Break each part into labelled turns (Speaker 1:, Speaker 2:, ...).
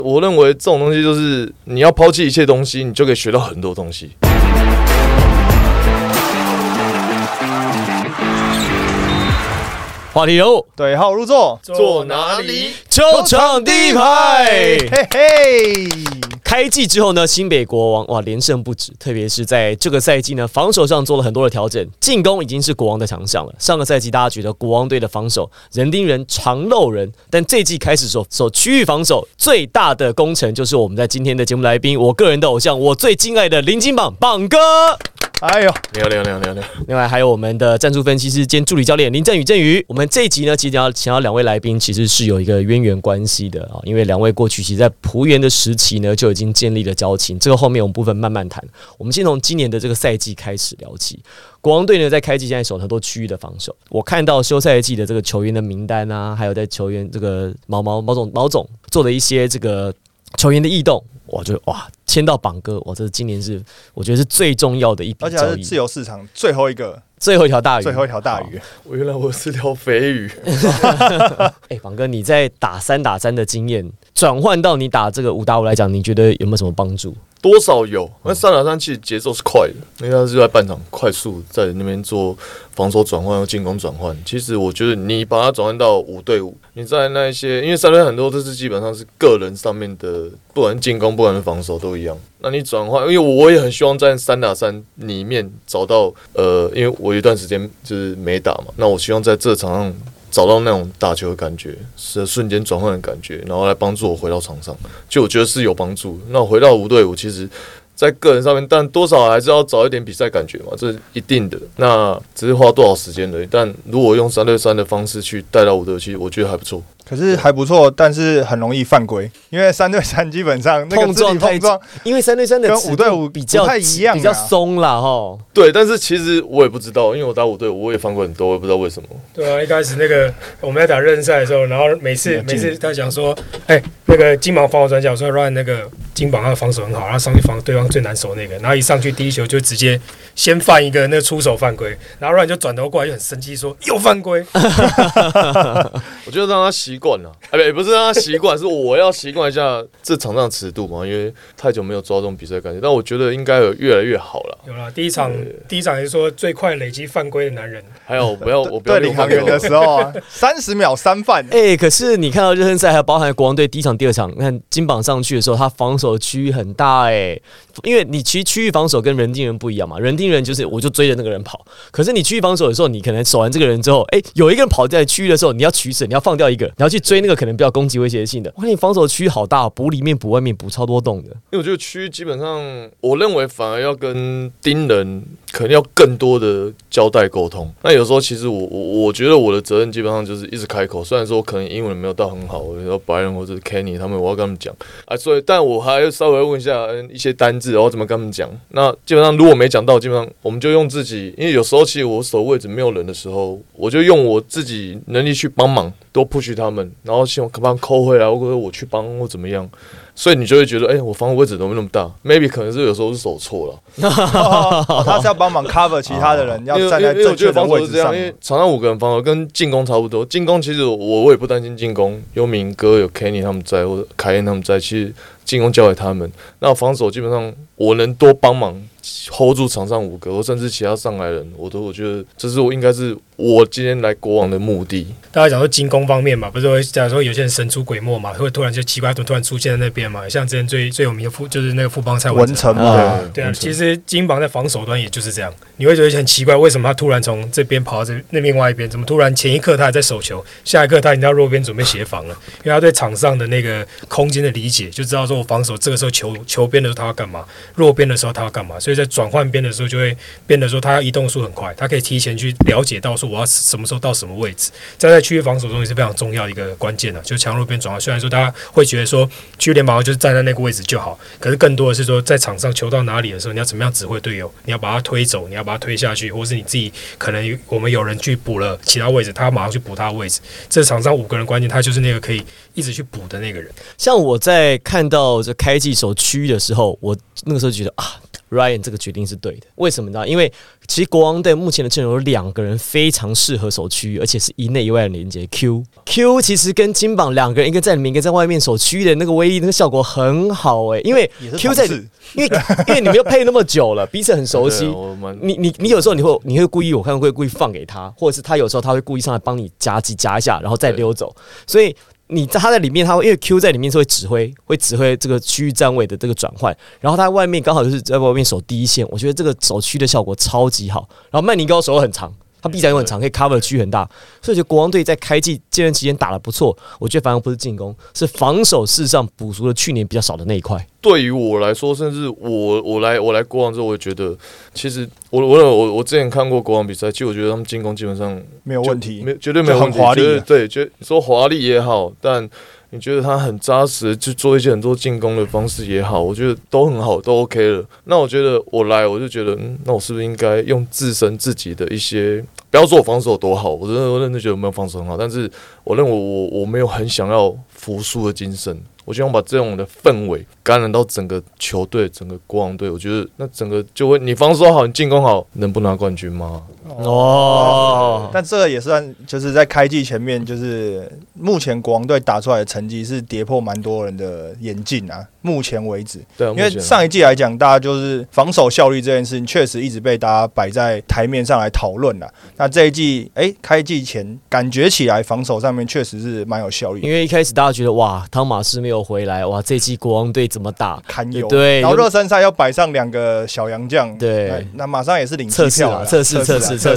Speaker 1: 我认为这种东西就是你要抛弃一切东西，你就可以学到很多东西。
Speaker 2: 话题人物
Speaker 3: 对号入座，
Speaker 1: 坐哪里？
Speaker 2: 球场第一排。
Speaker 3: 嘿嘿。
Speaker 2: 开季之后呢，新北国王哇连胜不止，特别是在这个赛季呢，防守上做了很多的调整，进攻已经是国王的强项了。上个赛季大家觉得国王队的防守人盯人、常漏人，但这季开始守区域防守最大的功臣，就是我们在今天的节目来宾，我个人的偶像，我最敬爱的林金榜榜哥。
Speaker 3: 哎呦，
Speaker 1: 你好。
Speaker 2: 另外还有我们的战术分析师兼助理教练林振宇。我们这一集呢，其实要请到两位来宾，其实是有一个渊源关系的啊，因为两位过去其实在璞园的时期呢，就已经建立了交情。这个后面我们部分慢慢谈。我们先从今年的这个赛季开始聊起。国王队呢，在开季现在守很多区域的防守。我看到休赛季的这个球员的名单啊，还有在球员这个毛总做的一些这个球员的异动。我觉得哇，签到榜哥，这今年是我觉得是最重要的一笔交易，
Speaker 3: 而且还是自由市场最后一
Speaker 2: 条大鱼。
Speaker 1: 原来我是条肥鱼。
Speaker 2: 榜哥，你在打3打3的经验，转换到你打这个5打5来讲，你觉得有没有什么帮助？
Speaker 1: 多少有，那3打3其实节奏是快的，因为他是在半场快速在那边做防守转换和进攻转换。其实我觉得你把它转换到5对5，你在那一些，因为3对很多都是基本上是个人上面的，不管是进攻不管是防守都一样。那你转换，因为我也很希望在3打3里面找到因为我有一段时间就是没打嘛，那我希望在这场上找到那种打球的感觉，是瞬间转换的感觉，然后来帮助我回到场上，就我觉得是有帮助。那我回到5对5，其实在个人上面，但多少还是要找一点比赛感觉嘛，这是一定的。那只是花多少时间而已。但如果用3对3的方式去带到5对5，其实我觉得还不错。
Speaker 3: 可是还不错，但是很容易犯规，因为3对3基本上那个肢体碰撞，
Speaker 2: 因为3对3的
Speaker 3: 跟5对5
Speaker 2: 比较
Speaker 3: 不太一样，
Speaker 2: 比较松啦哈。
Speaker 1: 对，但是其实我也不知道，因为我打5对5，我也犯过很多，我也不知道为什么。
Speaker 4: 对啊，一开始那个我们在打热赛的时候，然后每次他讲说，那个金榜防守专家说让那个金榜他的防守很好，然后上去防对方最难守那个，然后一上去第一球就直接先犯一个那个出手犯规，然后Ryan就转头过来就很生气说又犯规。
Speaker 1: 我就让他习惯了，不是让他习惯，是我要习惯一下这场上的尺度嘛，因为太久没有抓这种比赛感觉，但我觉得应该有越来越好了。
Speaker 4: 有啦，第一场也是说最快累积犯规的男人。
Speaker 1: 还有我不要
Speaker 3: 对领航员的时候啊，30秒3犯。
Speaker 2: 可是你看到热身赛，还有包含国王队第一场、第二场，你看金榜上去的时候，他防守的区域很大因为你其实区域防守跟人盯人不一样嘛，人盯人就是我就追着那个人跑，可是你区域防守的时候，你可能守完这个人之后，有一个人跑在区域的时候，你要取舍，你要放掉一个，你要去追那个可能比较攻击威胁性的。哇，你防守区域好大，补里面补外面补超多洞的。
Speaker 1: 因为我觉得区域基本上，我认为反而要跟盯人可能要更多的交代沟通。那有时候其实我觉得我的责任基本上就是一直开口，虽然说我可能英文没有到很好，我说白人或者是 Kenny 他们，我要跟他们讲所以但我还要稍微问一下一些单字，然后怎么跟他们讲。那基本上如果没讲到，基本上我们就用自己，因为有时候其实我守位置没有人的时候，我就用我自己能力去帮忙，多 push 他们，然后希望帮扣回来，或者我去帮或怎么样。所以你就会觉得，我防守位置怎么那么大 ？Maybe 可能是有时候是守错了。
Speaker 3: 他是要帮忙 cover 其他的人，要站在正确的位置上。
Speaker 1: 因为场上5个人防守跟进攻差不多，进攻其实我也不担心进攻，有敏哥有 Kenny 他们在，或者凯恩他们在，其实进攻交给他们。那防守基本上我能多帮忙 hold 住场上5个，或甚至其他上来人，我觉得这是应该是我今天来国王的目的。
Speaker 4: 大家讲说进攻方面嘛，不是会讲说有些人神出鬼没嘛，会突然就奇怪突然出现在那边嘛，像之前最有名的就是那个富邦蔡文成嘛，对啊，其实金榜在防守端也就是这样，你会觉得很奇怪，为什么他突然从这边跑到那另外一边，怎么突然前一刻他还在守球，下一刻他已经到弱边准备协防了？因为他对场上的那个空间的理解，就知道说我防守这个时候球边的时候他要干嘛，弱边的时候他要干嘛，所以在转换边的时候就会变得说他要移动速很快，他可以提前去了解到说我要什么时候到什么位置，这在区域防守中也是非常重要的一个关键就强弱边转换。虽然说大家会觉得说区域联防就是站在那个位置就好，可是更多的是说在场上球到哪里的时候，你要怎么样指挥队友，你要把他推走，你要把他推下去，或是你自己可能我们有人去补了其他位置，他马上去补他的位置。这场上5个人关键，他就是那个可以一直去补的那个人。
Speaker 2: 像我在看到这开季守区域的时候，我那个时候觉得 Ryan 这个决定是对的。为什么呢？因为其实国王队目前的阵容有2个人非常适合守区域，而且是一内一外的连接。Q 其实跟金榜2个人，一个在里面，一个在外面守区域的那个威力，那个效果很好因为 Q 在，因为你们又配那么久了，彼此很熟悉。你有时候你会故意，我看会故意放给他，或者是他有时候他会故意上来帮你夹一下，然后再溜走。所以他在里面，因为 Q 在里面是会指挥这个区域站位的这个转换，然后他在外面刚好就是在外面守第一线，我觉得这个守区的效果超级好。然后曼尼高手很长。他臂展又很长，可以 cover 的区域很大，所以就国王队在开季这段期间打得不错。我觉得反而不是进攻，是防守事实上补足了去年比较少的那一块。
Speaker 1: 对于我来说，甚至我来国王之后，我也觉得其实我之前看过国王比赛，其实我觉得他们进攻基本上
Speaker 3: 没有问题，
Speaker 1: 绝对没有问题，
Speaker 3: 很华丽。
Speaker 1: 对，说华丽也好，但你觉得他很扎实，去做一些很多进攻的方式也好，我觉得都很好，都 OK 了。那我觉得我就觉得，那我是不是应该用自己的一些，不要说我防守多好，我认真觉得我没有防守很好，但是我认为我没有很想要服输的精神。我希望把这种的氛围感染到整个球队、整个国王队。我觉得那整个就会，你防守好，你进攻好，能不拿冠军吗？
Speaker 3: 但这个也算，就是在开季前面，就是目前国王队打出来的成绩是跌破蛮多人的眼镜啊。目前为止，
Speaker 1: 对，
Speaker 3: 因为上一季来讲，大家就是防守效率这件事情，确实一直被大家摆在台面上来讨论啦。那这一季，开季前感觉起来防守上面确实是蛮有效率的。
Speaker 2: 因为一开始大家觉得哇，汤马士没有回来，哇，这一季国王队怎么打？
Speaker 3: 堪忧。
Speaker 2: 对，
Speaker 3: 然后热身赛要摆上2个小洋将，
Speaker 2: 对，
Speaker 3: 那马上也是领机票了。
Speaker 2: 测试。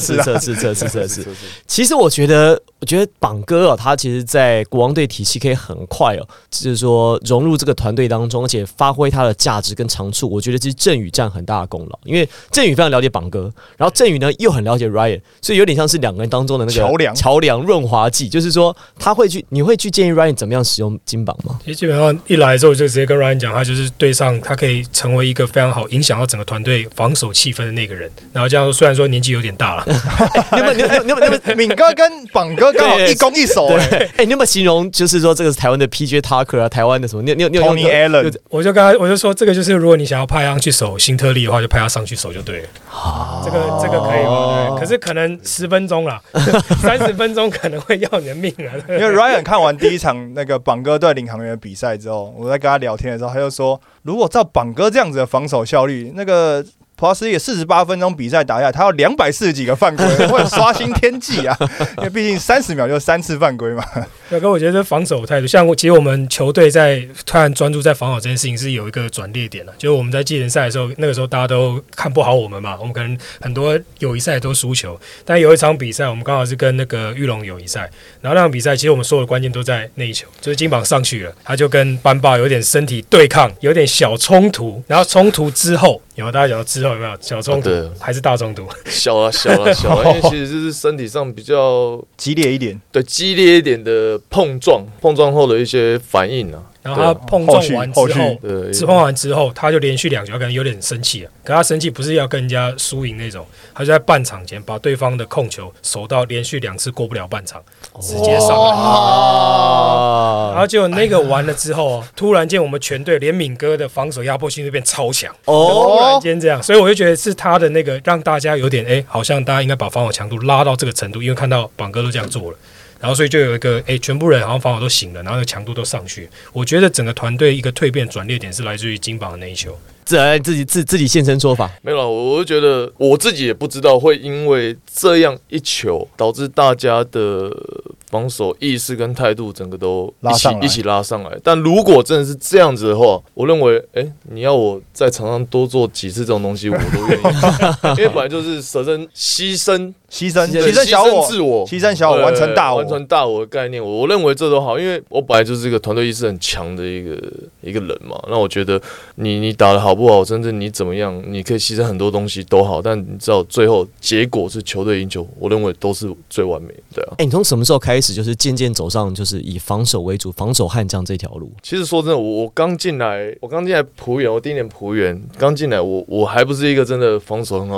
Speaker 2: 其实我觉得榜哥他其实在国王队体系可以很快就是说融入这个团队当中，而且发挥他的价值跟长处。我觉得其实振宇占很大的功劳，因为振宇非常了解榜哥，然后振宇呢又很了解 Ryan， 所以有点像是2个人当中的那个桥梁润滑剂。就是说你会去建议 Ryan 怎么样使用金榜吗？
Speaker 4: 其实基本上一来之后就直接跟 Ryan 讲，他就是对上他可以成为一个非常好影响到整个团队防守气氛的那个人。然后这样虽然说年纪有点大了，
Speaker 3: 你敏哥跟榜哥刚好一攻一守。
Speaker 2: 你有没有形容就是说这个是台湾的 PJ Tucker 啊，台湾的什么
Speaker 3: Tony Allen？
Speaker 4: 我就说这个就是如果你想要派他去守辛特利的话，就派他上去守就对了。这个可以吗？可是可能10分钟啦，30分钟可能会要你的命了。
Speaker 3: 因为 Ryan 看完第一场那个榜哥对领航员的比赛之后，我在跟他聊天的时候，他就说，如果照榜哥这样子的防守效率，那个普拉斯也48分钟比赛打下来，他要240几个犯规，会刷新天际啊！因为毕竟30秒就3次犯规嘛。
Speaker 4: 对，可我觉得防守态度，像其实我们球队在突然专注在防守这件事情是有一个转捩点的，就是我们在季前赛的时候，那个时候大家都看不好我们嘛，我们可能很多友谊赛都输球，但有一场比赛我们刚好是跟那个裕隆友谊赛，然后那场比赛其实我们所有的关键都在那一球，就是金榜上去了，他就跟班霸有点身体对抗，有点小冲突，然后冲突之后。有大家讲到之后有没有小冲突，还是大冲突？
Speaker 1: 小了，因为其实就是身体上比较
Speaker 3: 激烈一点，
Speaker 1: 对，激烈一点的碰撞后的一些反应啊。
Speaker 4: 然后他碰撞完之后，他就连续2球，可能有点生气了。可他生气不是要跟人家输赢那种，他就在半场前把对方的控球守到连续2次过不了半场，直接上来。然后结果那个完了之后，突然间我们全队连敏哥的防守压迫性就变超强，突然间这样，所以我就觉得是他的那个让大家有点好像大家应该把防守强度拉到这个程度，因为看到榜哥都这样做了。然后所以就有一个全部人好像防守都醒了，然后那个强度都上去。我觉得整个团队一个蜕变转捩点是来自于金榜的那一球。
Speaker 2: 自己现身说法，
Speaker 1: 没有啦，我就觉得我自己也不知道会因为这样一球导致大家的防守意识跟态度整个都一起拉上来。但如果真的是这样子的话，我认为你要我在场上多做几次这种东西我都愿意，因为本来就是牺牲
Speaker 3: 小我，
Speaker 1: 自我，
Speaker 3: 牺牲小我，完成大
Speaker 1: 我的概念。我认为这都好，因为我本来就是一个团队意识很强的一个人嘛。那我觉得你打得好不好，甚至你怎么样，你可以牺牲很多东西都好，但你知道最后结果是球队赢球，我认为都是最完美的。对啊。
Speaker 2: 你从什么时候开始就是渐渐走上就是以防守为主、防守悍将这条路？
Speaker 1: 其实说真的，我刚进来，璞园，我第1年璞园刚进来，我还不是一个真的防守很好的人。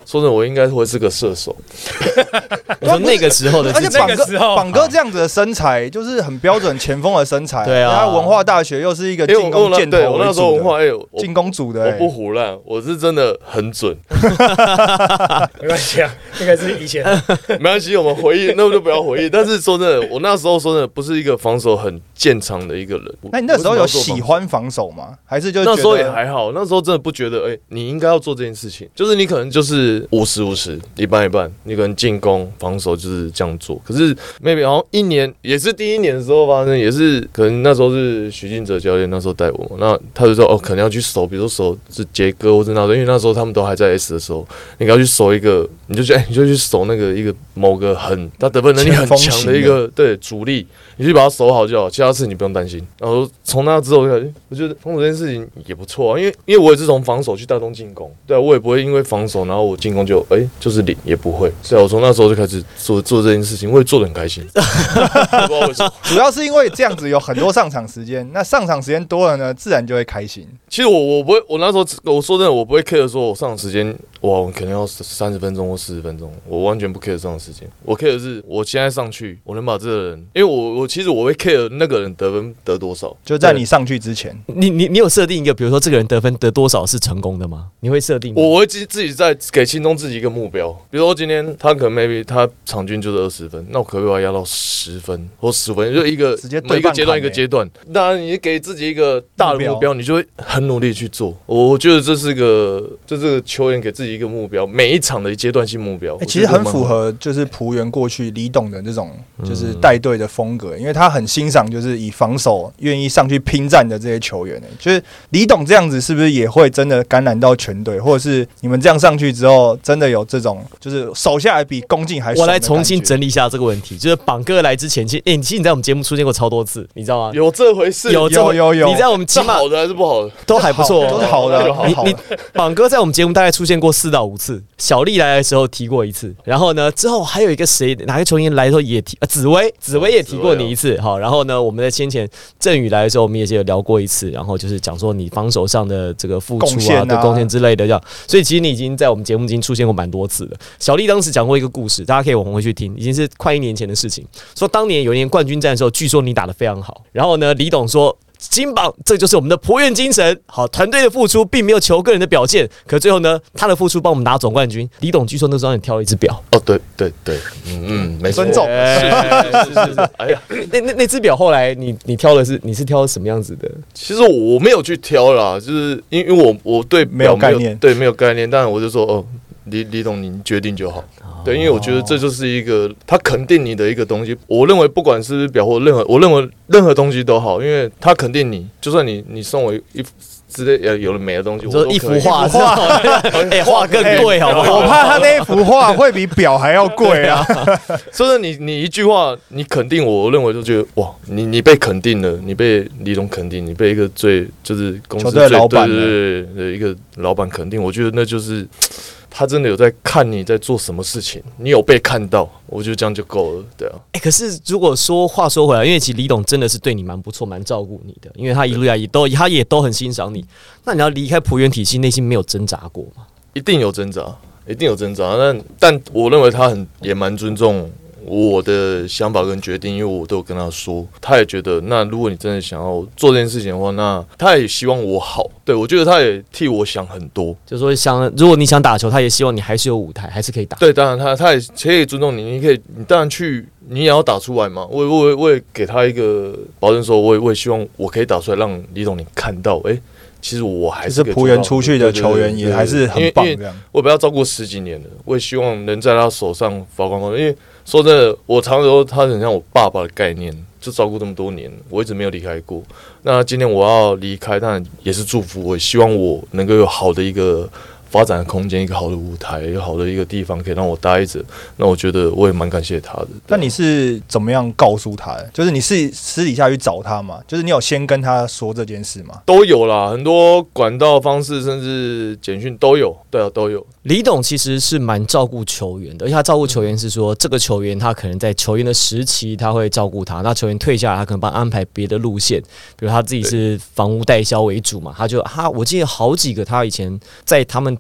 Speaker 1: 说真的，我应该会是个射手。
Speaker 2: 我说那个时候的，
Speaker 3: 而且榜哥这样子的身材，就是很标准前锋的身材。
Speaker 2: 对啊，
Speaker 3: 他文化大学又是一个进攻箭头为主的，
Speaker 1: 我那时候文化
Speaker 3: 进攻组的，
Speaker 1: 我不胡乱，我是真的很准。
Speaker 4: 没关系啊，那个是以前，
Speaker 1: 没关系，我们回忆，那就不要回忆。但是说真的，我那时候说真的不是一个防守很健长的一个人。
Speaker 3: 那你那时候有喜欢防守吗？还是就
Speaker 1: 那时候也还好，那时候真的不觉得，你应该要做这件事情，就是你可能就是50-50，一半一半，你可能进攻防守就是这样做。可是 maybe 好像一年也是第一年的时候发生，也是可能那时候是许晋哲教练那时候带我嘛，那他就说可能要去守，比如说守是杰哥或是那时候，因为那时候他们都还在 S 的时候，你要去守一个，你就去守那个一个某个他得分能力很强的一个对主力，你去把它守好就好，其他事你不用担心。然后从那之后，我觉得防守这件事情也不错啊，因为我也是从防守去带动进攻，对啊，我也不会因为防守然后我进攻就是零，也不会。对啊，我从那时候就开始做这件事情，我也做得很开心。不知道为什么，
Speaker 3: 主要是因为这样子有很多上场时间，那上场时间多了呢，自然就会开心。
Speaker 1: 其实我不会，我那时候我说真的，我不会 care 说我上场时间我可能要30分钟或40分钟，我完全不 care 上场时间。我 care 的是我现在上去，我能把这个人，因为我其实我会 care 那个人得分得多少，
Speaker 3: 就在你上去之前，
Speaker 2: 你有设定一个，比如说这个人得分得多少是成功的吗？你会设定吗？
Speaker 1: 我会自己在给心中自己一个目标，比如说今天他可能 maybe 他场均就是20分，那我可不可以把他压到10分或15分，就一个每一个阶段一个阶段。当然你给自己一个大的目标，你就会很努力去做。我觉得这是个球员给自己一个目标，每一场的阶段性目标，
Speaker 3: 其实很符合就是璞园过去李董的这种就是带队的风格，因为他很欣赏就是以防守愿意上去拼战的这些球员。就是李董这样子是不是也会真的感染到全队，或者是你们这样上去之后真的有这种就是守下来比攻进还爽的感觉？
Speaker 2: 我来重新整理一下这个问题，就是榜哥来之前，其实你在我们节目出现过超多次，你知道吗？
Speaker 1: 有这回事？
Speaker 2: 有，你在我们起码
Speaker 1: 好的还是不好的？
Speaker 2: 都还不错，
Speaker 3: 都是好的。
Speaker 2: 你榜哥在我们节目大概出现过4到5次，小丽来的时候提过1次，然后呢之后还有一个哪个球员来的时候也提，紫薇也提过你1次，好，然后呢我们在先前郑宇来的时候，我们也是有聊过1次，然后就是讲说你防守上的这个付出的贡献之类的，这样，所以其实你已经在我们节目已经出现过蛮多次了。小丽当时讲过一个故事，大家可以往回去听，已经是快1年前的事情。说当年有一年冠军战的时候，据说你打得非常好，然后呢，李董说。金榜，这就是我们的璞园精神。好，团队的付出并没有求个人的表现，可最后呢，他的付出帮我们拿总冠军。李董据说那时候让你挑了一只表。
Speaker 1: 哦，对，没错，
Speaker 3: 尊重。
Speaker 1: 是。哎呀，
Speaker 2: 那只表后来你挑的是你是挑什么样子的？
Speaker 1: 其实我没有去挑啦，就是因为我对
Speaker 3: 没有概念，
Speaker 1: 对没有概念，当然我就说李董您决定就好。对，因为我觉得这就是一个他肯定你的一个东西。我认为不管是不是表或我认为任何东西都好，因为他肯定你，就算你送我一之类有了美的东西，我
Speaker 2: 说一幅画，画更贵好不好？
Speaker 3: 我怕他那一幅画会比表还要贵啊！
Speaker 1: 所以你一句话你肯定我认为就觉得哇，你被肯定了，你被李董肯定，你被一个就是公司最
Speaker 3: 老板
Speaker 1: 的一个老板肯定，我觉得那就是。他真的有在看你在做什么事情，你有被看到，我觉得这样就够了，对啊。
Speaker 2: 可是如果话说回来，因为其实李董真的是对你蛮不错，蛮照顾你的，因为他一路来他也都很欣赏你。那你要离开璞园体系，内心没有挣扎过吗？
Speaker 1: 一定有挣扎。但我认为他也蛮尊重我的想法跟决定，因为我都有跟他说，他也觉得，那如果你真的想要做这件事情的话，那他也希望我好。对，我觉得他也替我想很多，
Speaker 2: 就说如果你想打球，他也希望你还是有舞台，还是可以打。
Speaker 1: 对，当然他也可以尊重你，你当然去，你也要打出来嘛。我也给他一个保证，说我也希望我可以打出来，让李董你看到，其实我还是
Speaker 3: 璞园出去的球员也还是很棒，这样。
Speaker 1: 我被他照顾10几年了，我也希望能在他手上发光发热，因为。说真的，我常说他很像我爸爸的概念，就照顾这么多年，我一直没有离开过。那今天我要离开，当然也是祝福，我也希望我能够有好的一个发展的空间，一个好的舞台，一个好的一个地方可以让我待着。那我觉得我也蛮感谢他的。
Speaker 3: 那你是怎么样告诉他的？就是你是私底下去找他吗？就是你有先跟他说这件事吗？
Speaker 1: 都有啦，很多管道方式，甚至简讯都有。对啊，都有。
Speaker 2: 李董其实是蛮照顾球员的，而且他照顾球员是说，这个球员他可能在球员的时期他会照顾他，那球员退下来他可能帮他安排别的路线，比如他自己是房屋代销为主嘛，我记得好几个他以前在他们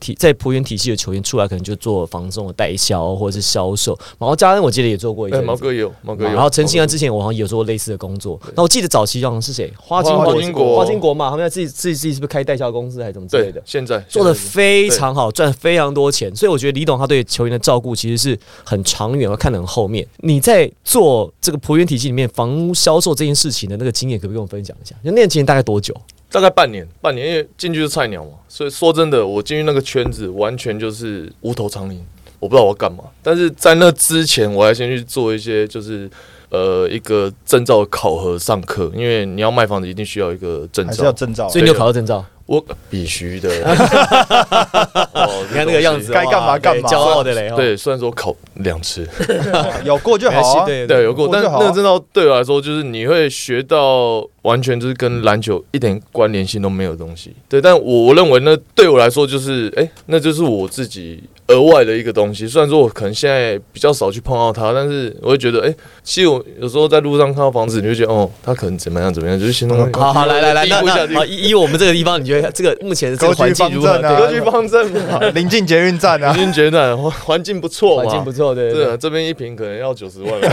Speaker 2: 在璞园体系的球员出来，可能就做房仲的代销或者是销售。毛家恩我记得也做过一阵，
Speaker 1: 毛哥也有，
Speaker 2: 然后陈信安之前我好像也有做过类似的工作。那我记得早期好像是谁，花金国嘛，他们自己是不是开代销公司还是怎么之类的？
Speaker 1: 现在
Speaker 2: 做得非常好，赚非常多钱。所以我觉得李董他对球员的照顾其实是很长远，看得很后面。你在做这个璞园体系里面房屋销售这件事情的那个经验，可不可以跟我分享一下？就那前大概多久？
Speaker 1: 大概半年，因为进去是菜鸟嘛，所以说真的，我进去那个圈子完全就是无头苍蝇，我不知道我要干嘛。但是在那之前，我还先去做一些就是一个证照的考核上课，因为你要卖房子一定需要一个证照，
Speaker 3: 还是要证照，
Speaker 2: 所以你有考到证照。
Speaker 1: 我必须的，
Speaker 2: 你看那个样子，
Speaker 3: 该干嘛干嘛，
Speaker 2: 骄傲的嘞。
Speaker 1: 对，虽然说考2次，
Speaker 3: 有过就好啊。
Speaker 1: 对，有过，但那个证照对我来说，就是你会学到完全就是跟篮球一点关联性都没有的东西。对，但我认为那对我来说就是，那就是我自己额外的一个东西。虽然说我可能现在比较少去碰到它，但是我会觉得，其实我有时候在路上看到房子，你就觉得，它可能怎么样，就是心中
Speaker 2: 好，来，那以我们这个地方，你觉得这个目前的这个环境如何？
Speaker 1: 格局方正嘛，
Speaker 3: 临近捷运站啊，
Speaker 1: 临近捷运站，环境不错嘛，
Speaker 2: 环境不错，对，
Speaker 1: 这边一坪可能要90万。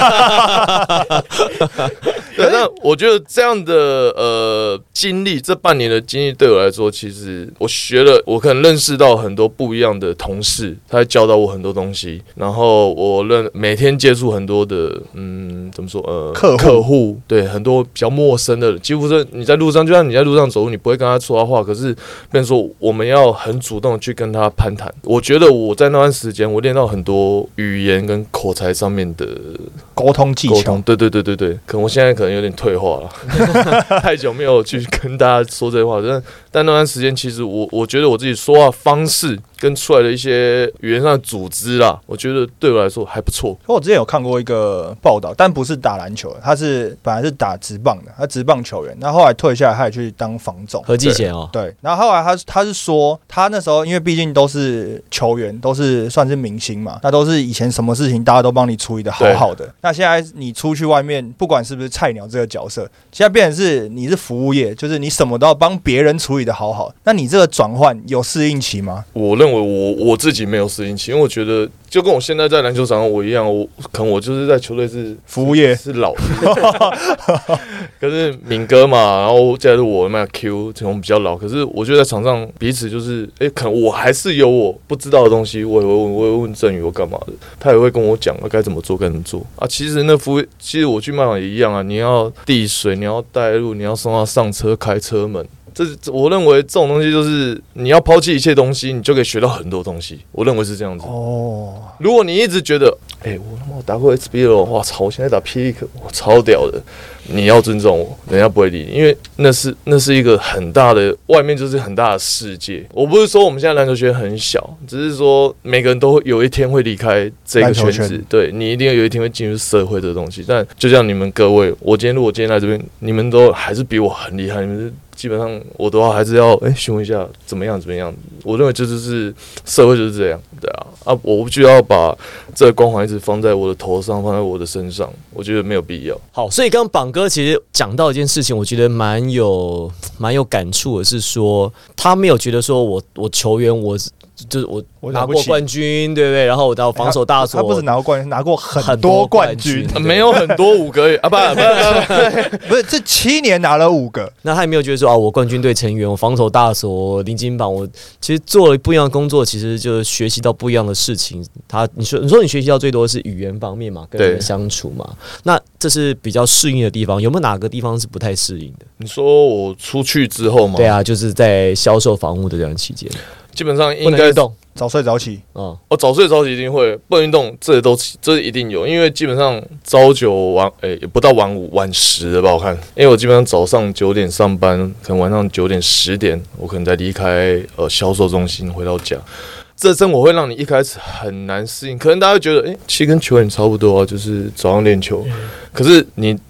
Speaker 1: 对，那我觉得这样的经历，这半年的经历对我来说，其实我学了，我可能认识到很多不一样的同事，他还教导我很多东西，然后我每天接触很多的怎么说客户，对，很多比较陌生的人，几乎是你在路上，就像你在路上走路，你不会跟他说话，可是变成说我们要很主动的去跟他攀谈。我觉得我在那段时间，我练到很多语言跟口才上面的
Speaker 3: 沟通技巧。
Speaker 1: 对，可能我现在可能有点退化了，太久没有去跟大家说这些话，但那段时间其实我觉得我自己说话方式跟出来的一些语言上的组织啦，我觉得对我来说还不错。
Speaker 3: 我之前有看过一个报道，但不是打篮球的，他本来是打职棒的，他职棒球员，那后来退下来，他也去当房总。
Speaker 2: 何继贤哦，
Speaker 3: 对，然后后来他是说，他那时候因为毕竟都是球员，都是算是明星嘛，那都是以前什么事情大家都帮你处理的好好的。那现在你出去外面，不管是不是菜鸟这个角色，现在变成是你是服务业，就是你什么都要帮别人处理的好好。那你这个转换有适应期吗？
Speaker 1: 我认为我自己没有适应期，因为我觉得就跟我现在在篮球场上我一样，可能我就是在球队是
Speaker 3: 服务业，
Speaker 1: 是老的，可是敏哥嘛，然后再是我嘛 Q 这种比较老，可是我觉得在场上彼此就是可能我还是有我不知道的东西，我也会问振宇我干嘛的，他也会跟我讲该怎么做啊。其实我去卖场也一样啊，你要递水，你要带路，你要送他上车，开车门。我认为这种东西就是你要抛弃一切东西，你就可以学到很多东西。我认为是这样子。如果你一直觉得，我打过 SBL， 哇操，我现在打霹雳，我超屌的。你要尊重我，人家不会理你，因为那是一个很大的，外面就是很大的世界。我不是说我们现在篮球圈很小，只是说每个人都会有一天会离开这个圈子，对，你一定有一天会进入社会的东西。但就像你们各位，如果今天来这边，你们都还是比我很厉害，你们是基本上我的话还是要询问一下怎么样。我认为这就是社会就是这样，对啊，我不需要把这个光环一直放在我的头上，放在我的身上，我觉得没有必要。
Speaker 2: 好，所以刚刚榜哥其实讲到一件事情，我觉得蛮有感触的，是说他没有觉得说我球员就是我拿过冠军，对不对？然后我到防守大所，
Speaker 3: 他不是拿过冠军，拿过很多冠军，
Speaker 1: 没有很多5个啊，
Speaker 3: 不是这7年拿了5个。
Speaker 2: 那他也没有觉得说我冠军队成员，我防守大所，林金榜，我其实做了不一样的工作，其实就是学习到不一样的事情。你说你学习到最多的是语言方面嘛，跟人相处嘛，那这是比较适应的地方。有没有哪个地方是不太适应的？
Speaker 1: 你说我出去之后吗？
Speaker 2: 对啊，就是在销售房屋的这段期间。
Speaker 1: 基本上应该
Speaker 3: 早睡早起
Speaker 1: 早睡早起一定会，不能运动这一定有，因为基本上朝9晚也不到晚5晚10了吧，我看，因为我基本上早上9点上班，可能晚上9点10点，我可能再离开销售中心回到家。这生活会让你一开始很难适应，可能大家会觉得，其实跟球员差不多啊，就是早上练球。可是你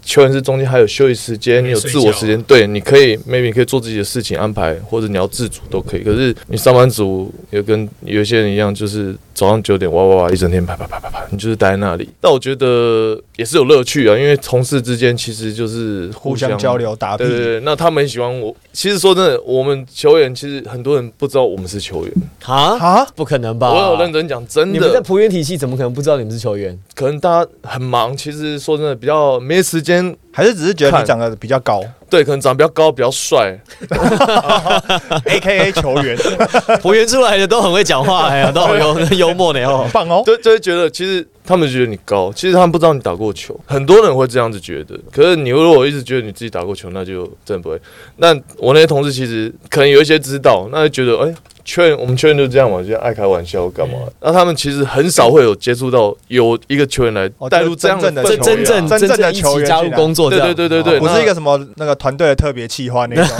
Speaker 1: 球员是中间还有休息时间，你有自我时间，对，你可以 maybe 可以做自己的事情安排，或者你要自主都可以。可是你上班族也跟有些人一样，就是早上9点哇一整天啪，你就是待在那里。但我觉得也是有乐趣啊，因为同事之间其实就是
Speaker 3: 互相交流打屁。
Speaker 1: 对，那他们很喜欢我。其实说真的，我们球员其实很多人不知道我们是球员
Speaker 2: 啊，不可能吧？
Speaker 1: 我有认真讲，真的，
Speaker 2: 你们在璞园体系怎么可能不知道你们是球员？
Speaker 1: 可能大家很忙，其实说真的比较没时间，
Speaker 3: 还是只是觉得你长得比较高？
Speaker 1: 对，可能长得比较高，比较帅
Speaker 3: ，AKA 球员。
Speaker 2: 璞园出来的都很会讲话，都好幽默呢哦，
Speaker 3: 棒哦。
Speaker 1: 就会觉得其实他们觉得你高，其实他们不知道你打过球，很多人会这样子觉得。可是你如果一直觉得你自己打过球，那就真的不会。那我那些同事其实可能有一些知道，那就觉得我们球员就这样嘛，就爱开玩笑干嘛？那他们其实很少会有接触到有一个球员来带入这样的
Speaker 2: 真正的球员加入工作，
Speaker 1: 对，
Speaker 3: 不是一个什么那个团队的特别企划那种，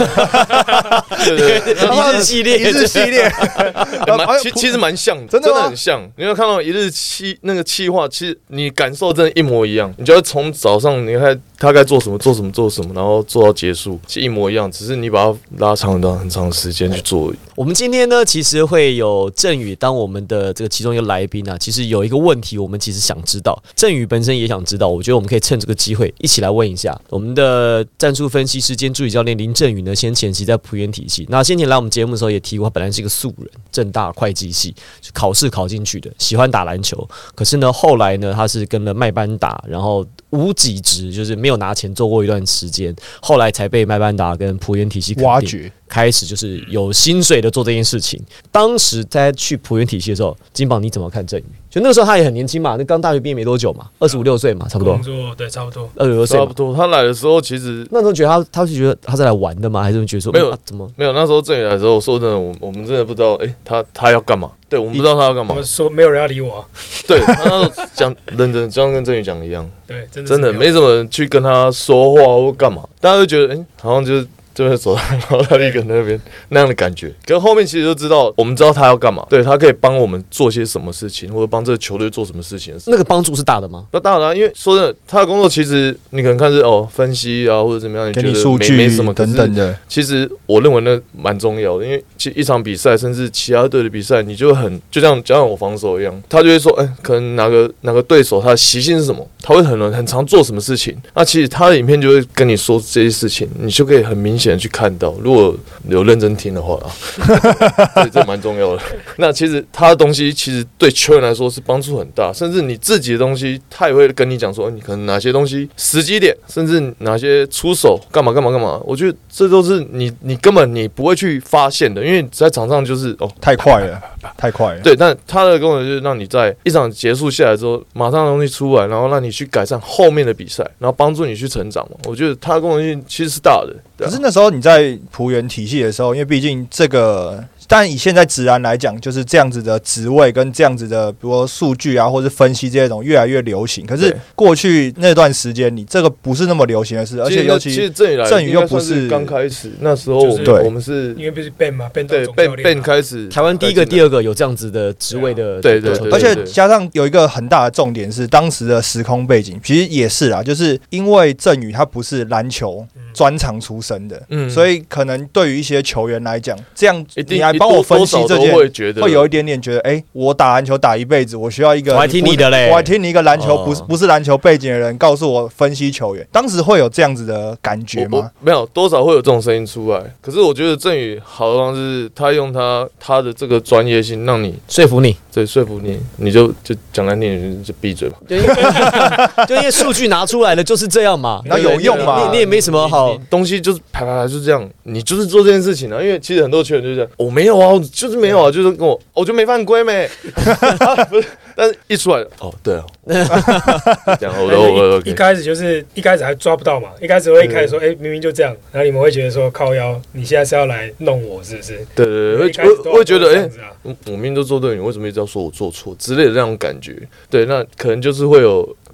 Speaker 2: 一日系列，
Speaker 1: 其实蛮像的，真的很像。你有看到一日那个企划，其实你感受真的一模一样。你就会从早上你看他该做什么，然后做到结束，是一模一样，只是你把它拉长很长的时间去做而已。
Speaker 2: 我们今天呢，其实会有振宇当我们的这个其中一个来宾啊。其实有一个问题，我们其实想知道，振宇本身也想知道。我觉得我们可以趁这个机会一起来问一下我们的战术分析师兼助理教练林振宇呢。先前期在璞园体系，那先前来我们节目的时候也提过，他本来是一个素人，政大会计系考试考进去的，喜欢打篮球。可是呢，后来呢，他是跟了麦班达，然后无给职，就是没有拿钱做过一段时间，后来才被麦班达跟璞园体系
Speaker 3: 挖掘。
Speaker 2: 开始就是有薪水的做这件事情。当时在去璞园体系的时候，金宝你怎么看振宇？就那个时候他也很年轻嘛，那刚大学毕业没多久嘛，25、6岁嘛，差不多。
Speaker 4: 工作对，差不多
Speaker 2: 25、6岁，
Speaker 1: 差不多。他来的时候，其实
Speaker 2: 那时候觉得他是觉得他是来玩的吗？还是觉得说
Speaker 1: 没有
Speaker 2: 怎么
Speaker 1: 没有？那时候振宇来的时候，说真的，我们真的不知道，他要干嘛？对，我们不知道他要干嘛。
Speaker 4: 我说没有人要理我啊。
Speaker 1: 对，他那时候讲认真，就像跟振宇讲的一样。
Speaker 4: 对，
Speaker 1: 真的没什么人去跟他说话或干嘛，大家就觉得好像就会走到他一个那边那样的感觉，可是后面其实就知道，我们知道他要干嘛，对他可以帮我们做些什么事情，或者帮这个球队做什么事情。
Speaker 2: 那个帮助是大的吗？
Speaker 1: 那大的，因为说真的，他的工作其实你可能看是分析啊，或者怎么样，你觉得
Speaker 3: 数据
Speaker 1: 没什么
Speaker 3: 等等的。
Speaker 1: 其实我认为那蛮重要的，因为其实一场比赛，甚至其他队的比赛，你就就像我防守一样，他就会说，可能哪个对手他的习性是什么，他会很常做什么事情。那其实他的影片就会跟你说这些事情，你就可以很明显的去看到。如果有认真听的话这蛮重要的。那其实他的东西其实对球员来说是帮助很大，甚至你自己的东西，他也会跟你讲说，你可能哪些东西时机点，甚至哪些出手干嘛。我觉得这都是你根本你不会去发现的，因为在场上就是
Speaker 3: 太快了。
Speaker 1: 对，但他的功能就是让你在一场结束下来之后，马上的东西出来，然后让你去改善后面的比赛，然后帮助你去成长嘛。我觉得他的功能性其实是大的。
Speaker 3: 可是那时候你在璞园体系的时候，因为毕竟这个，但以现在职篮来讲，就是这样子的职位跟这样子的，比如说数据啊，或是分析这种越来越流行。可是过去那段时间，你这个不是那么流行的事，而且尤其
Speaker 1: 其实振宇
Speaker 3: 又不是
Speaker 1: 刚开始，那时候我们是
Speaker 4: 因为不是 Ben 嘛 ，Ben
Speaker 1: 对 Ben 开始，
Speaker 2: 台湾第一个、第二个有这样子的职位的，
Speaker 1: 对，
Speaker 3: 而且加上有一个很大的重点是当时的时空背景，其实也是啦，就是因为振宇他不是篮球专长出身的，所以可能对于一些球员来讲，这样你来帮我分析这件，会有一点点觉得，我打篮球打一辈子，我需要一个，
Speaker 2: 我还听你的嘞，
Speaker 3: 我还听你一个篮球不是篮球背景的人告诉我分析球员，当时会有这样子的感觉吗？
Speaker 1: 没有，多少会有这种声音出来。可是我觉得振宇好的方式，他用他的这个专业性，让你
Speaker 2: 说服你，
Speaker 1: 对，说服你，你就讲难听就闭嘴吧。
Speaker 2: 就因为数据拿出来了就是这样嘛，
Speaker 3: 那有用嘛？
Speaker 2: 你也没什么好
Speaker 1: 东西，就是啪就是这样，你就是做这件事情啊。因为其实很多球员就是这样，我没有啊，就是没有啊，就是跟我就没犯规没，不是。但是一出来，对啊，这样我
Speaker 4: 一开始还抓不到嘛，一开始会开始说，明明就这样，然后你们会觉得说靠腰，你现在是要来弄我是不是？
Speaker 1: 对，会觉得我明明都做对，你为什么一直要说我做错之类的那种感觉？对，那可能就是会有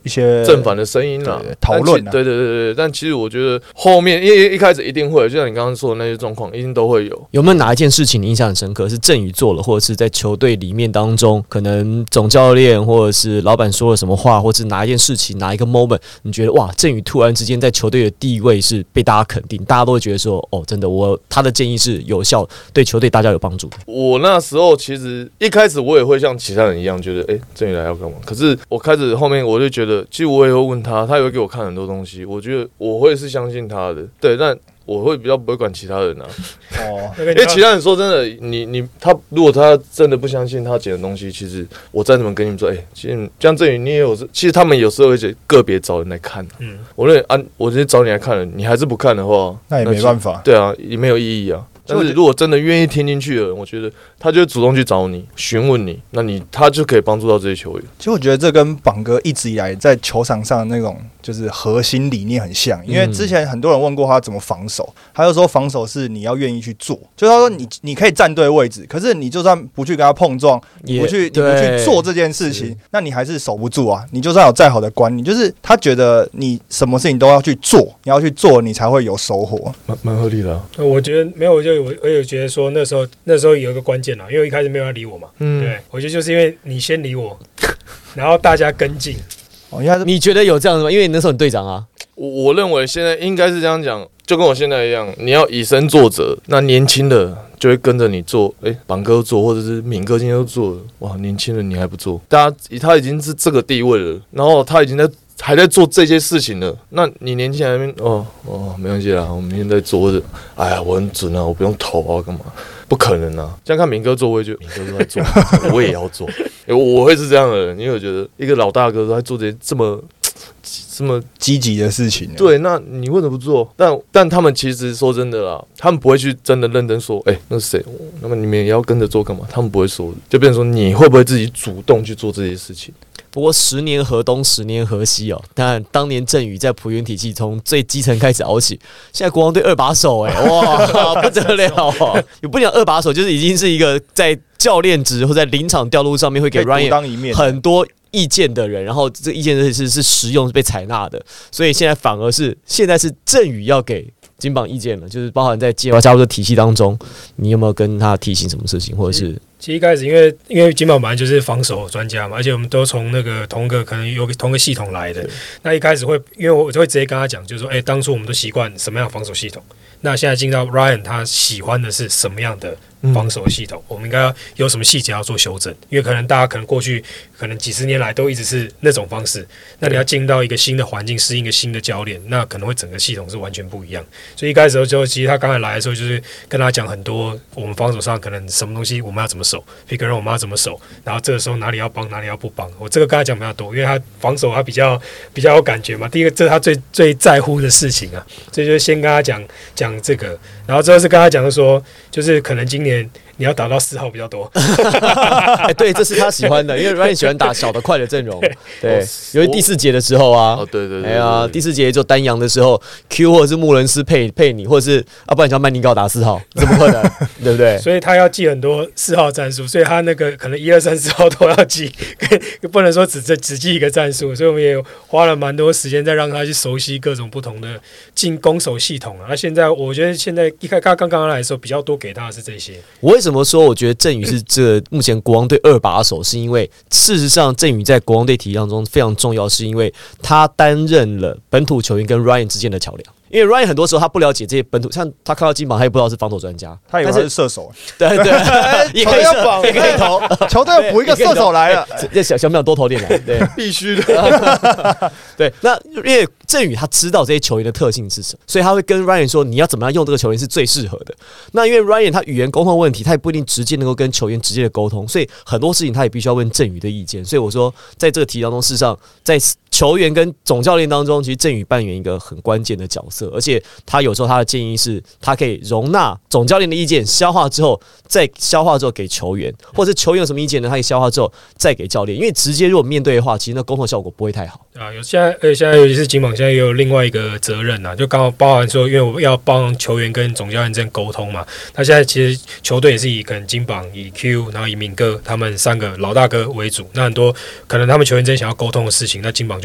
Speaker 3: 一些
Speaker 1: 正反的声音啦，
Speaker 3: 讨论。
Speaker 1: 对，但其实我觉得后面因为一开始一定会，就像你刚刚说的那些状况，一定都会有。
Speaker 2: 有没有哪一件事情你印象很深刻，是振宇做了，或者是在球队里面当中，可能总教练或者是老板说了什么话，或者是哪一件事情、哪一个 moment， 你觉得哇，振宇突然之间在球队的地位是被大家肯定，大家都会觉得说，哦，真的，他的建议是有效，对球队大家有帮助的。
Speaker 1: 我那时候其实一开始我也会像其他人一样，觉得振宇来要干嘛？可是我开始后面我就觉得，其实我也会问他，他也会给我看很多东西，我觉得我会是相信他的，对，但我会比较不会管其他人啊，因为其他人说真的，他如果他真的不相信他捡的东西，其实我再怎么跟你们说，其实像振宇你也有，其实他们有时候会个别找人来看，我认为我直接找你来看了，你还是不看的话，
Speaker 3: 那也没办法，
Speaker 1: 对啊，也没有意义啊。但是如果真的愿意听进去的人，我觉得他就会主动去找你询问你，那他就可以帮助到这些球员。
Speaker 3: 其实我觉得这跟榜哥一直以来在球场上的那种就是核心理念很像，因为之前很多人问过他怎么防守，他就说防守是你要愿意去做，就是他说你可以站对位置，可是你就算不去跟他碰撞，你不去做这件事情，那你还是守不住啊。你就算有再好的观念，就是他觉得你什么事情都要去做，你要去做，你才会有收获，
Speaker 1: 蛮合理的啊。
Speaker 4: 我觉得没有，我有觉得说那时候有一个关键啦，因为一开始没有人理我嘛，对，我觉得就是因为你先理我，然后大家跟进。
Speaker 2: 你觉得有这样的吗？因为你那时候你队长啊。
Speaker 1: 我认为现在应该是这样讲，就跟我现在一样，你要以身作则，那年轻的就会跟着你做，榜哥做，或者是敏哥今天都做了，哇，年轻人你还不做，他已经是这个地位了，然后他已经还在做这些事情了，那你年轻人那边没关系啦，我明天在做，或者我很准啊，我不用投啊，干嘛？不可能啊！这样看敏哥做，我也觉得敏哥都在做，我也要做。我会是这样的人，因为我觉得一个老大哥都在做这些这么
Speaker 3: 积极的事情。
Speaker 1: 对，那你为什么不做？但他们其实说真的啦，他们不会去真的认真说，那是谁？那么你们也要跟着做干嘛？他们不会说的，就变成说你会不会自己主动去做这些事情？
Speaker 2: 不过10年河东，10年河西哦。但当年振宇在璞园体系从最基层开始熬起，现在国王队2把手哇，不得了啊！也不讲2把手，就是已经是一个在教练职或在临场调度上面会给 Ryan 很多意见的人，然后这意见是实用是被采纳的，所以现在反而是现在是振宇要给金榜意见了，就是包含在加入的体系当中，你有没有跟他提醒什么事情，或者是？
Speaker 4: 其实一开始因为金宝本来就是防守专家嘛，而且我们都从那个同个系统来的。那一开始因为我就会直接跟他讲，就是说，当初我们都习惯什么样的防守系统，那现在进到 Ryan 他喜欢的是什么样的防守系统，我们应该有什么细节要做修正，因为可能大家可能过去可能几十年来都一直是那种方式，那你要进到一个新的环境，适应一个新的教练，那可能会整个系统是完全不一样。所以一开始的时候，其实他刚才来的时候，就是跟他讲很多我们防守上可能什么东西我们要怎么守 ，pick and roll 我们要怎么守，然后这个时候哪里要帮，哪里要不帮。我这个跟他讲比较多，因为他防守他比较有感觉嘛。第一个，这是他最在乎的事情啊，所以就先跟他讲这个，然后之后是跟他讲说，就是可能今年你要打到4号比较多。
Speaker 2: 对，这是他喜欢的，因为 Ryan 喜欢打小的快的阵容。对，尤其第4节的时候啊，
Speaker 1: 对，
Speaker 2: 第4节就单阳的时候 ，Q 或者是穆伦斯配你，或者是不然叫曼尼高打4号，怎么可能？对不对？
Speaker 4: 所以他要记很多4号战术，所以他那个可能1、2、3、4号都要记，不能说只记一个战术。所以我们也花了蛮多时间在让他去熟悉各种不同的攻守系统啊。那现在我觉得现在他刚来的时候比较多给他的是这些。
Speaker 2: 我为什么说我觉得振宇是这目前国王队2把手？是因为事实上振宇在国王队体系当中非常重要，是因为他担任了本土球员跟 Ryan 之间的桥梁。因为 Ryan 很多时候他不了解这些本土，像他看到金榜，他也不知道是防守专家，
Speaker 3: 他以为他是射手。
Speaker 2: 对，也可以
Speaker 3: 绑，也可以投，球队要补一个射手来了，
Speaker 2: 这想不想多投点来？对，
Speaker 1: 必须的。
Speaker 2: 对，那因为振宇他知道这些球员的特性是什么，所以他会跟 Ryan 说你要怎么样用这个球员是最适合的。那因为 Ryan 他语言沟通问题，他也不一定直接能够跟球员直接的沟通，所以很多事情他也必须要问振宇的意见。所以我说，在这个题当中，事实上在球员跟总教练当中，其实振宇扮演一个很关键的角色，而且他有时候他的建议是，他可以容纳总教练的意见，消化之后给球员，或者是球员有什么意见呢？他可以消化之后再给教练，因为直接如果面对的话，其实那沟通效果不会太好
Speaker 4: 啊。现在尤其是金榜，现在也有另外一个责任啊，就刚好包含说，因为我要帮球员跟总教练之间沟通嘛。那现在其实球队也是以可能金榜、以 Q， 然后以敏哥他们3个老大哥为主。那很多可能他们球员之间想要沟通的事情，那金榜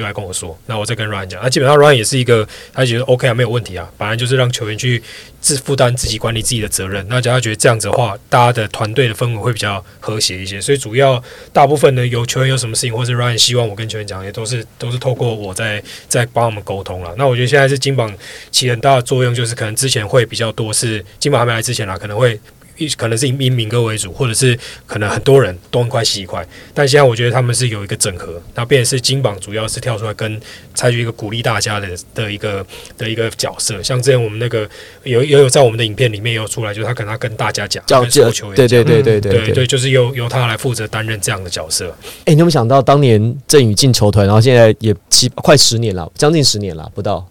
Speaker 4: 就来跟我说，那我再跟 Ryan 讲。基本上 Ryan 也是一个，他觉得 OK 啊，没有问题啊，本来就是让球员去负担自己管理自己的责任。那只要他觉得这样子的话，大家的团队的氛围会比较和谐一些。所以主要大部分的有球员有什么事情，或是 Ryan 希望我跟球员讲，也都是透过我在帮他们沟通了。那我觉得现在是金榜起很大的作用，就是可能之前会比较多是金榜还没来之前啦，可能是以民歌为主，或者是可能很多人东一块西一块，但现在我觉得他们是有一个整合，那变成是金榜主要是跳出来跟采取一个鼓励大家的一个角色。像之前我们那个也有在我们的影片里面也有出来，就是他跟大家讲，跟所有球员讲，对，就是由他来负责担任这样的角色。
Speaker 2: 你有没有想到当年振宇进球团，然后现在也快10年了，将近10年了，不到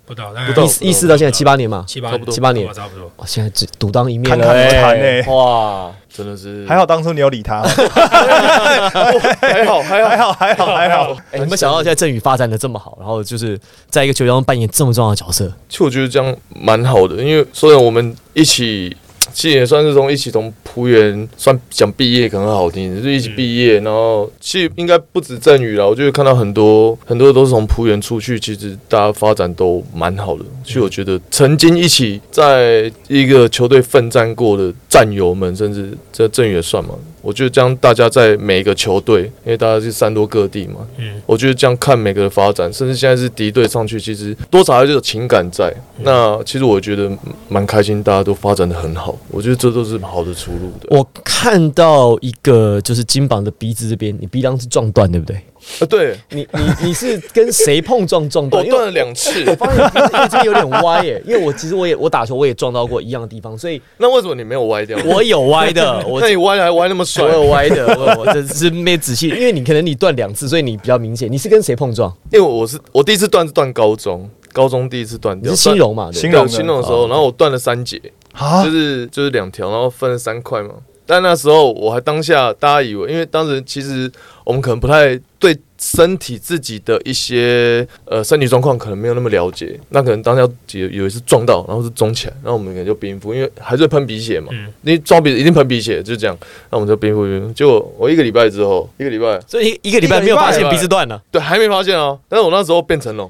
Speaker 2: 14到现在7、8年嘛，7、8年，差不多。现在只独当一面了，
Speaker 1: 哇，真的是
Speaker 3: 还好当初你有理他，
Speaker 1: 还好。
Speaker 2: 你们想到现在振宇发展的这么好，然后就是在一个球队中扮演这么重要的角色，
Speaker 1: 其实我觉得这样蛮好的，因为虽然我们一起。其实也算是一起从璞园算讲毕业可能很好听，就是一起毕业，然后其实应该不止振宇啦，我觉得看到很多都是从璞园出去，其实大家发展都蛮好的。所以我觉得曾经一起在一个球队奋战过的战友们，甚至这振宇也算嘛。我觉得这样大家在每一个球队，因为大家是散落各地嘛，我觉得这样看每个的发展，甚至现在是敌对上去，其实多少还是有情感在。那其实我觉得蛮开心，大家都发展得很好，我觉得这都是好的出路的。
Speaker 2: 我看到一个就是金榜的鼻子这边，你鼻梁是撞断，对不对？
Speaker 1: 对，
Speaker 2: 你是跟谁碰撞断？
Speaker 1: 我断了2次。
Speaker 2: 我发现你鼻子这边有点歪耶，因为其实我打球我也撞到过一样的地方，所以
Speaker 1: 那为什么你没有歪掉？
Speaker 2: 我有歪的，
Speaker 1: 那你歪还歪那么帅？
Speaker 2: 我有歪的，我这是没仔细，因为你可能你断2次，所以你比较明显。你是跟谁碰撞？
Speaker 1: 因为我第一次断是断高中第一次断掉，
Speaker 2: 你是兴荣嘛？
Speaker 1: 兴荣的时候，然后我断了3节，就是2条，然后分了3块嘛。但那时候我还当下大家以为，因为当时其实我们可能不太对身体自己的一些身体状况可能没有那么了解，那可能当下以为是撞到，然后是肿起来，然后我们可能就冰敷，因为还是会喷鼻血嘛，你撞鼻子一定喷鼻血，就这样，那我们就冰敷。结果我1个礼拜之后，
Speaker 2: 所以一个礼拜没有发现鼻子断了，
Speaker 1: 对，还没发现哦。但是我那时候变成龙，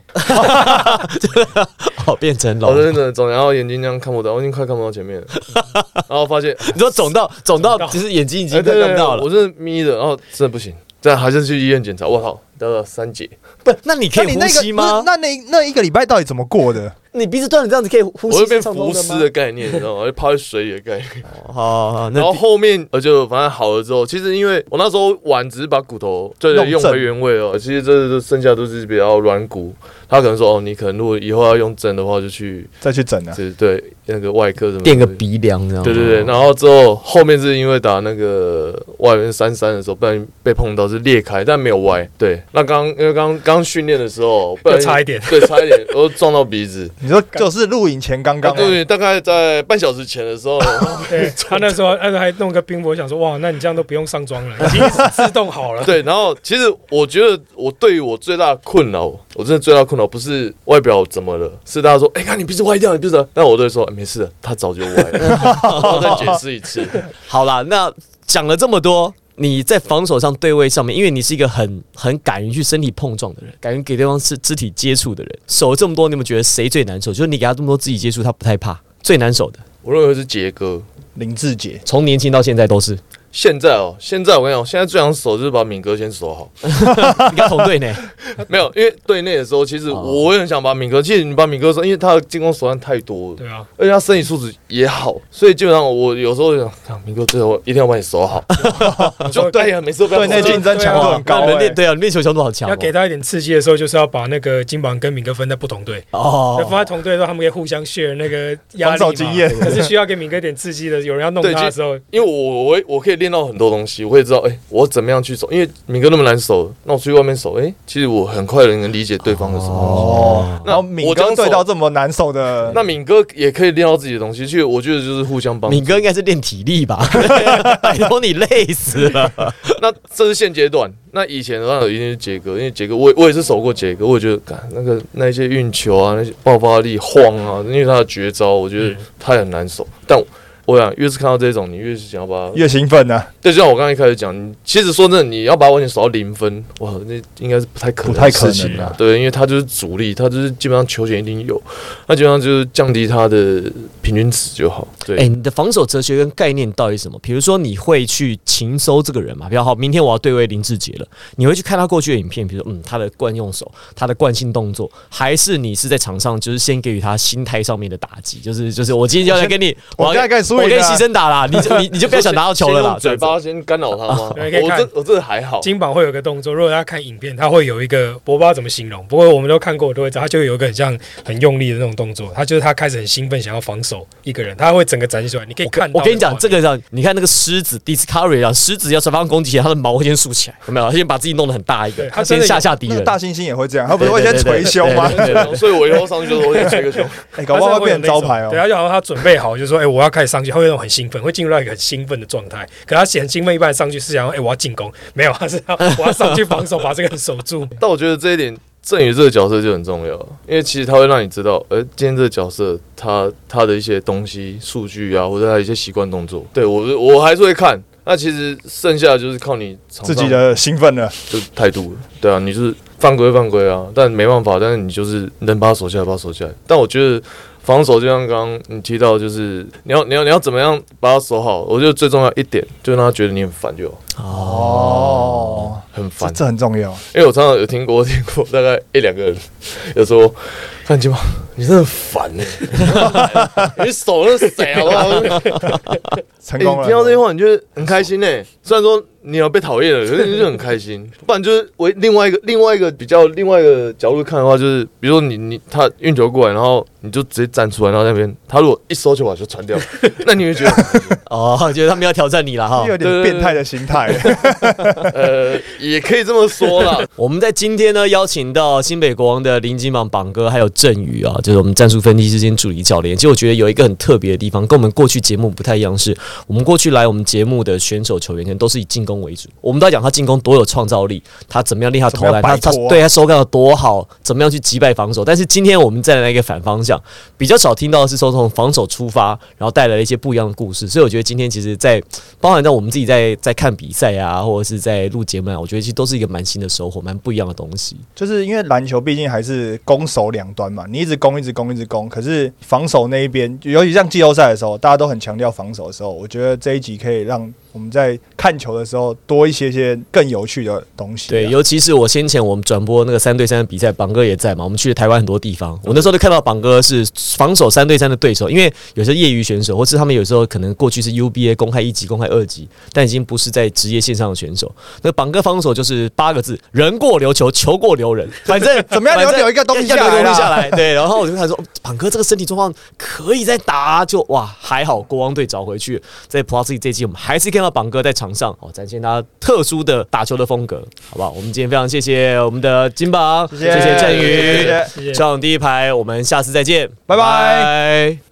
Speaker 2: 变成龙，
Speaker 1: 真的肿，然后眼睛这样看不到，我已经快看不到前面了，然后发现
Speaker 2: 你说肿到，其实眼睛已经看不到了，
Speaker 1: 我是眯的，然后真的不行。这样还是去医院检查，我操，得了3节。
Speaker 2: 不，那你可以呼吸吗？
Speaker 3: 那1个礼拜到底怎么过的？
Speaker 2: 你鼻子断了这样子可以呼吸？
Speaker 1: 我会变浮尸的概念，你知道吗？就泡在水里的概念。
Speaker 2: 好，
Speaker 1: 然后后面就反正好了之后，其实因为我那时候碗只是把骨头用回原位哦，其实这剩下都是比较软骨。他可能说你可能如果以后要用针的话，就再去
Speaker 3: 整啊。
Speaker 1: 对，那个外科什么
Speaker 2: 垫个鼻梁这样。
Speaker 1: 对，然后之后后面是因为打那个外面33的时候，不然被碰到是裂开，但没有歪。对，那因为刚训练的时候，
Speaker 4: 不然差一点，
Speaker 1: 对，差一点，我撞到鼻子。
Speaker 3: 你说就是录影前刚，
Speaker 1: 对，大概在半小时前的时候，
Speaker 4: 对，他那时候还弄个冰敷，我想说哇，那你这样都不用上妆了，已经自动好了。
Speaker 1: 对，然后其实我觉得我对于我最大的困扰，我真的最大的困扰不是外表怎么了，是大家说，看你鼻子歪掉，你鼻子，但我都会说，没事的，他早就歪了，然后再解释一次。
Speaker 2: 好啦，那讲了这么多。你在防守上对位上面，因为你是一个很敢于去身体碰撞的人，敢于给对方是肢体接触的人，守了这么多，你有没有觉得谁最难守？就是你给他这么多肢体接触，他不太怕，最难守的，
Speaker 1: 我认为是杰哥
Speaker 3: 林志杰，
Speaker 2: 从年轻到现在都是。
Speaker 1: 现在我跟你讲，现在最想守就是把敏哥先守好。
Speaker 2: 你跟他同队内
Speaker 1: 没有，因为队内的时候，其实我也很想把敏哥。其实你把敏哥守，因为他的进攻手段太多了，
Speaker 4: 对啊，
Speaker 1: 而且他身体素质也好，所以基本上我有时候就想，敏哥最后一定要把你守好。就对呀，每次都不要
Speaker 3: 对内竞争强度很高，
Speaker 2: 对啊，练球强度好强。
Speaker 4: 要给他一点刺激的时候，就是要把那个金榜跟敏哥分在不同队放在同队的时候，他们可以互相 share 那个压力
Speaker 3: 经验。
Speaker 4: 可是需要给敏哥一点刺激的，有人要弄他的时候，
Speaker 1: 因为我可以练到很多东西。我会知道，我怎么样去守？因为敏哥那么难守，那我出去外面守，其实我很快能理解对方的什么。
Speaker 3: 那敏哥对到这么难守的，
Speaker 1: 那敏哥也可以练到自己的东西。其实我觉得就是互相帮助。
Speaker 2: 敏哥应该是练体力吧？拜托你累死了。
Speaker 1: 那这是现阶段。那以前的话一定是杰哥，因为杰哥我也是守过杰哥，我觉得那一些运球啊，那些爆发力晃啊，因为他的绝招，我觉得他很难守。但我想越是看到这种，你越是想要把它
Speaker 3: 越兴奋啊。
Speaker 1: 对，就像我刚刚一开始讲，其实说真的，你要把它完全守到0分，哇，那应该是不太可能的事情啊。对，因为他就是主力，他就是基本上球权一定有，那基本上就是降低他的平均值就好。对，
Speaker 2: 你的防守哲学跟概念到底是什么？比如说你会去情搜这个人嘛？比较好，明天我要对位林志杰了，你会去看他过去的影片，比如说他的惯用手，他的惯性动作，还是你是在场上就是先给予他心态上面的打击？就是我今天就要来跟你，我跟你牺牲打啦，你就不要想拿到球了啦，
Speaker 1: 嘴巴先干扰他吗？我这还好。
Speaker 4: 金榜会有一个动作，如果大家看影片，他会有一个我不知道怎么形容，不过我们都看过，我都会知道，他就有一个很用力的那种动作，他就是他开始很兴奋，想要防守一个人，他会整个展现出来，你可以看到。
Speaker 2: 我跟你讲，这个你看那个狮子 Discovery 啊，狮子要发动攻击前，他的毛会先竖起来，有没有？他先把自己弄得很大一个，他先吓敌人。
Speaker 3: 大猩猩也会这样，他不是会先捶胸吗？
Speaker 1: 所以我以后上去就是我先捶个胸，
Speaker 3: 搞不好会变成招牌哦。
Speaker 4: 对，他就好像他准备好，就是说，我要开始上去，他会那种很兴奋，会进入到一个很兴奋的状态。可他很兴奋，一般上去是想，我要进攻，没有，他是我要上去防守，把这个人守住。
Speaker 1: 但我觉得这一点，郑宇这个角色就很重要，因为其实他会让你知道，今天这个角色他的一些东西、数据啊，或者他的一些习惯动作，对我还是会看。那其实剩下就是靠你
Speaker 3: 自己的兴奋了，
Speaker 1: 就态度了。对啊，你就是犯规啊，但没办法，但是你就是能把它守下来，把它守下来。但我觉得防守就像刚刚你提到，就是你要怎么样把它守好，我觉得最重要一点就让他觉得你很烦就好。
Speaker 3: 哦，
Speaker 1: 很烦，
Speaker 3: 这很重要。
Speaker 1: 因为我常常有听过大概1-2个人有说，看金宝，你真的很烦欸，你守那谁好不好？
Speaker 3: 成功了，
Speaker 1: 你听到这句话，你就很开心欸。虽然说你要被讨厌了，可是你就很开心。不然就是另外一个角度看的话，就是比如说他运球过来，然后你就直接站出来，然后那边他如果一收球把球传掉，那你会觉得
Speaker 2: 觉得他们要挑战你了哈，
Speaker 3: 有点变态的心态。
Speaker 1: 也可以这么说啦。
Speaker 2: 我们在今天呢邀请到新北国王的林金榜榜哥还有郑宇啊，就是我们战术分析师兼助理教练。其实我觉得有一个很特别的地方，跟我们过去节目不太一样，是我们过去来我们节目的选手球员，可能都是以进攻为主。我们都在讲他进攻多有创造力，他怎么样令他投篮，他对他收杆有多好，怎么样去击败防守。但是今天我们再来一个反方向，比较少听到的是说从防守出发，然后带来了一些不一样的故事。所以我觉得今天其实包含在我们自己在看比赛啊，或者是在录节目啊，我觉得其实都是一个蛮新的收获，蛮不一样的东西。
Speaker 3: 就是因为篮球毕竟还是攻守两端嘛，你一直攻，可是防守那一边，尤其像季后赛的时候，大家都很强调防守的时候，我觉得这一集可以让我们在看球的时候多一些更有趣的东西。
Speaker 2: 对，尤其是我先前我们转播那个3对3的比赛，榜哥也在嘛，我们去了台湾很多地方，我那时候就看到榜哥是防守3对3的对手，因为有些业余选手，或是他们有时候可能过去是 UBA 公开1级、公开2级，但已经不是在职业线上的选手。那榜哥防守就是8个字：人过留球，球过留人。反正
Speaker 3: 怎么样留一个东西
Speaker 2: 下来。对，然后我就看说，榜哥这个身体状况可以再打，就哇还好，国王队找回去。在 Plus 这一季，我们还是看到榜哥在场上展现他特殊的打球的风格，好不好？我们今天非常谢谢我们的金榜，谢谢郑宇，上第一排，我们下次再见，
Speaker 3: 拜拜。